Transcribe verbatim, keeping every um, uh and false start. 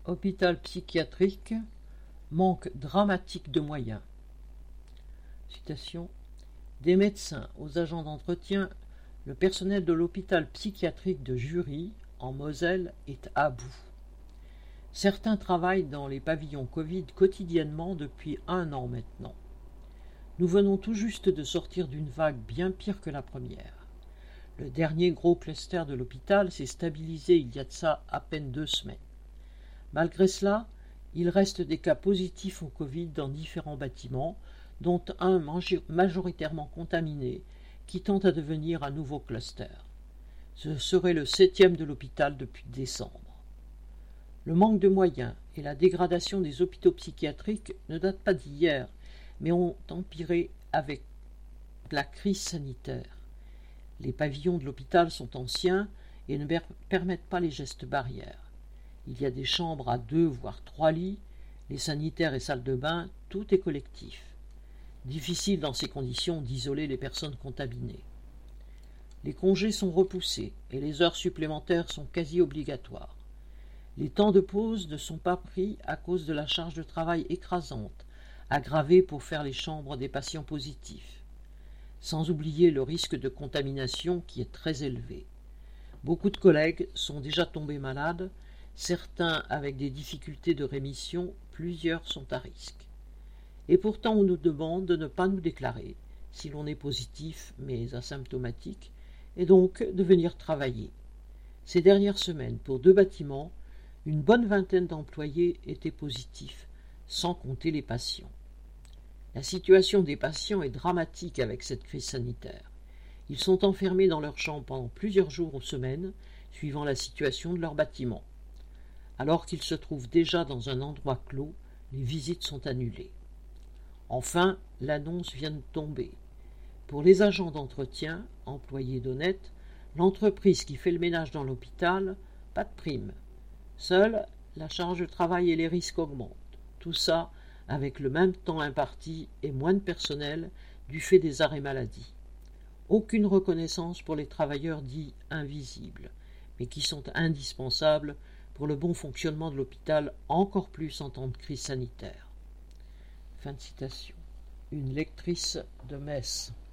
Hôpital psychiatrique, manque dramatique de moyens. Citation. Des médecins aux agents d'entretien, le personnel de l'hôpital psychiatrique de Jury, en Moselle, est à bout. Certains travaillent dans les pavillons Covid quotidiennement depuis un an maintenant. Nous venons tout juste de sortir d'une vague bien pire que la première. Le dernier gros cluster de l'hôpital s'est stabilisé il y a de ça à peine deux semaines. Malgré cela, il reste des cas positifs au Covid dans différents bâtiments, dont un majoritairement contaminé, qui tente à devenir un nouveau cluster. Ce serait le septième de l'hôpital depuis décembre. Le manque de moyens et la dégradation des hôpitaux psychiatriques ne datent pas d'hier, mais ont empiré avec la crise sanitaire. Les pavillons de l'hôpital sont anciens et ne permettent pas les gestes barrières. Il y a des chambres à deux voire trois lits, les sanitaires et salles de bain, tout est collectif. Difficile dans ces conditions d'isoler les personnes contaminées. Les congés sont repoussés et les heures supplémentaires sont quasi obligatoires. Les temps de pause ne sont pas pris à cause de la charge de travail écrasante, aggravée pour faire les chambres des patients positifs. Sans oublier le risque de contamination qui est très élevé. Beaucoup de collègues sont déjà tombés malades, certains avec des difficultés de rémission, plusieurs sont à risque. Et pourtant on nous demande de ne pas nous déclarer, si l'on est positif mais asymptomatique, et donc de venir travailler. Ces dernières semaines, pour deux bâtiments, une bonne vingtaine d'employés étaient positifs, sans compter les patients. La situation des patients est dramatique avec cette crise sanitaire. Ils sont enfermés dans leur chambre pendant plusieurs jours ou semaines, suivant la situation de leur bâtiment. Alors qu'ils se trouvent déjà dans un endroit clos, les visites sont annulées. Enfin, l'annonce vient de tomber. Pour les agents d'entretien, employés d'Honnête, l'entreprise qui fait le ménage dans l'hôpital, pas de prime. Seule, la charge de travail et les risques augmentent. Tout ça avec le même temps imparti et moins de personnel du fait des arrêts maladie. Aucune reconnaissance pour les travailleurs dits invisibles, mais qui sont indispensables pour le bon fonctionnement de l'hôpital, encore plus en temps de crise sanitaire. Fin de citation. Une lectrice de Metz.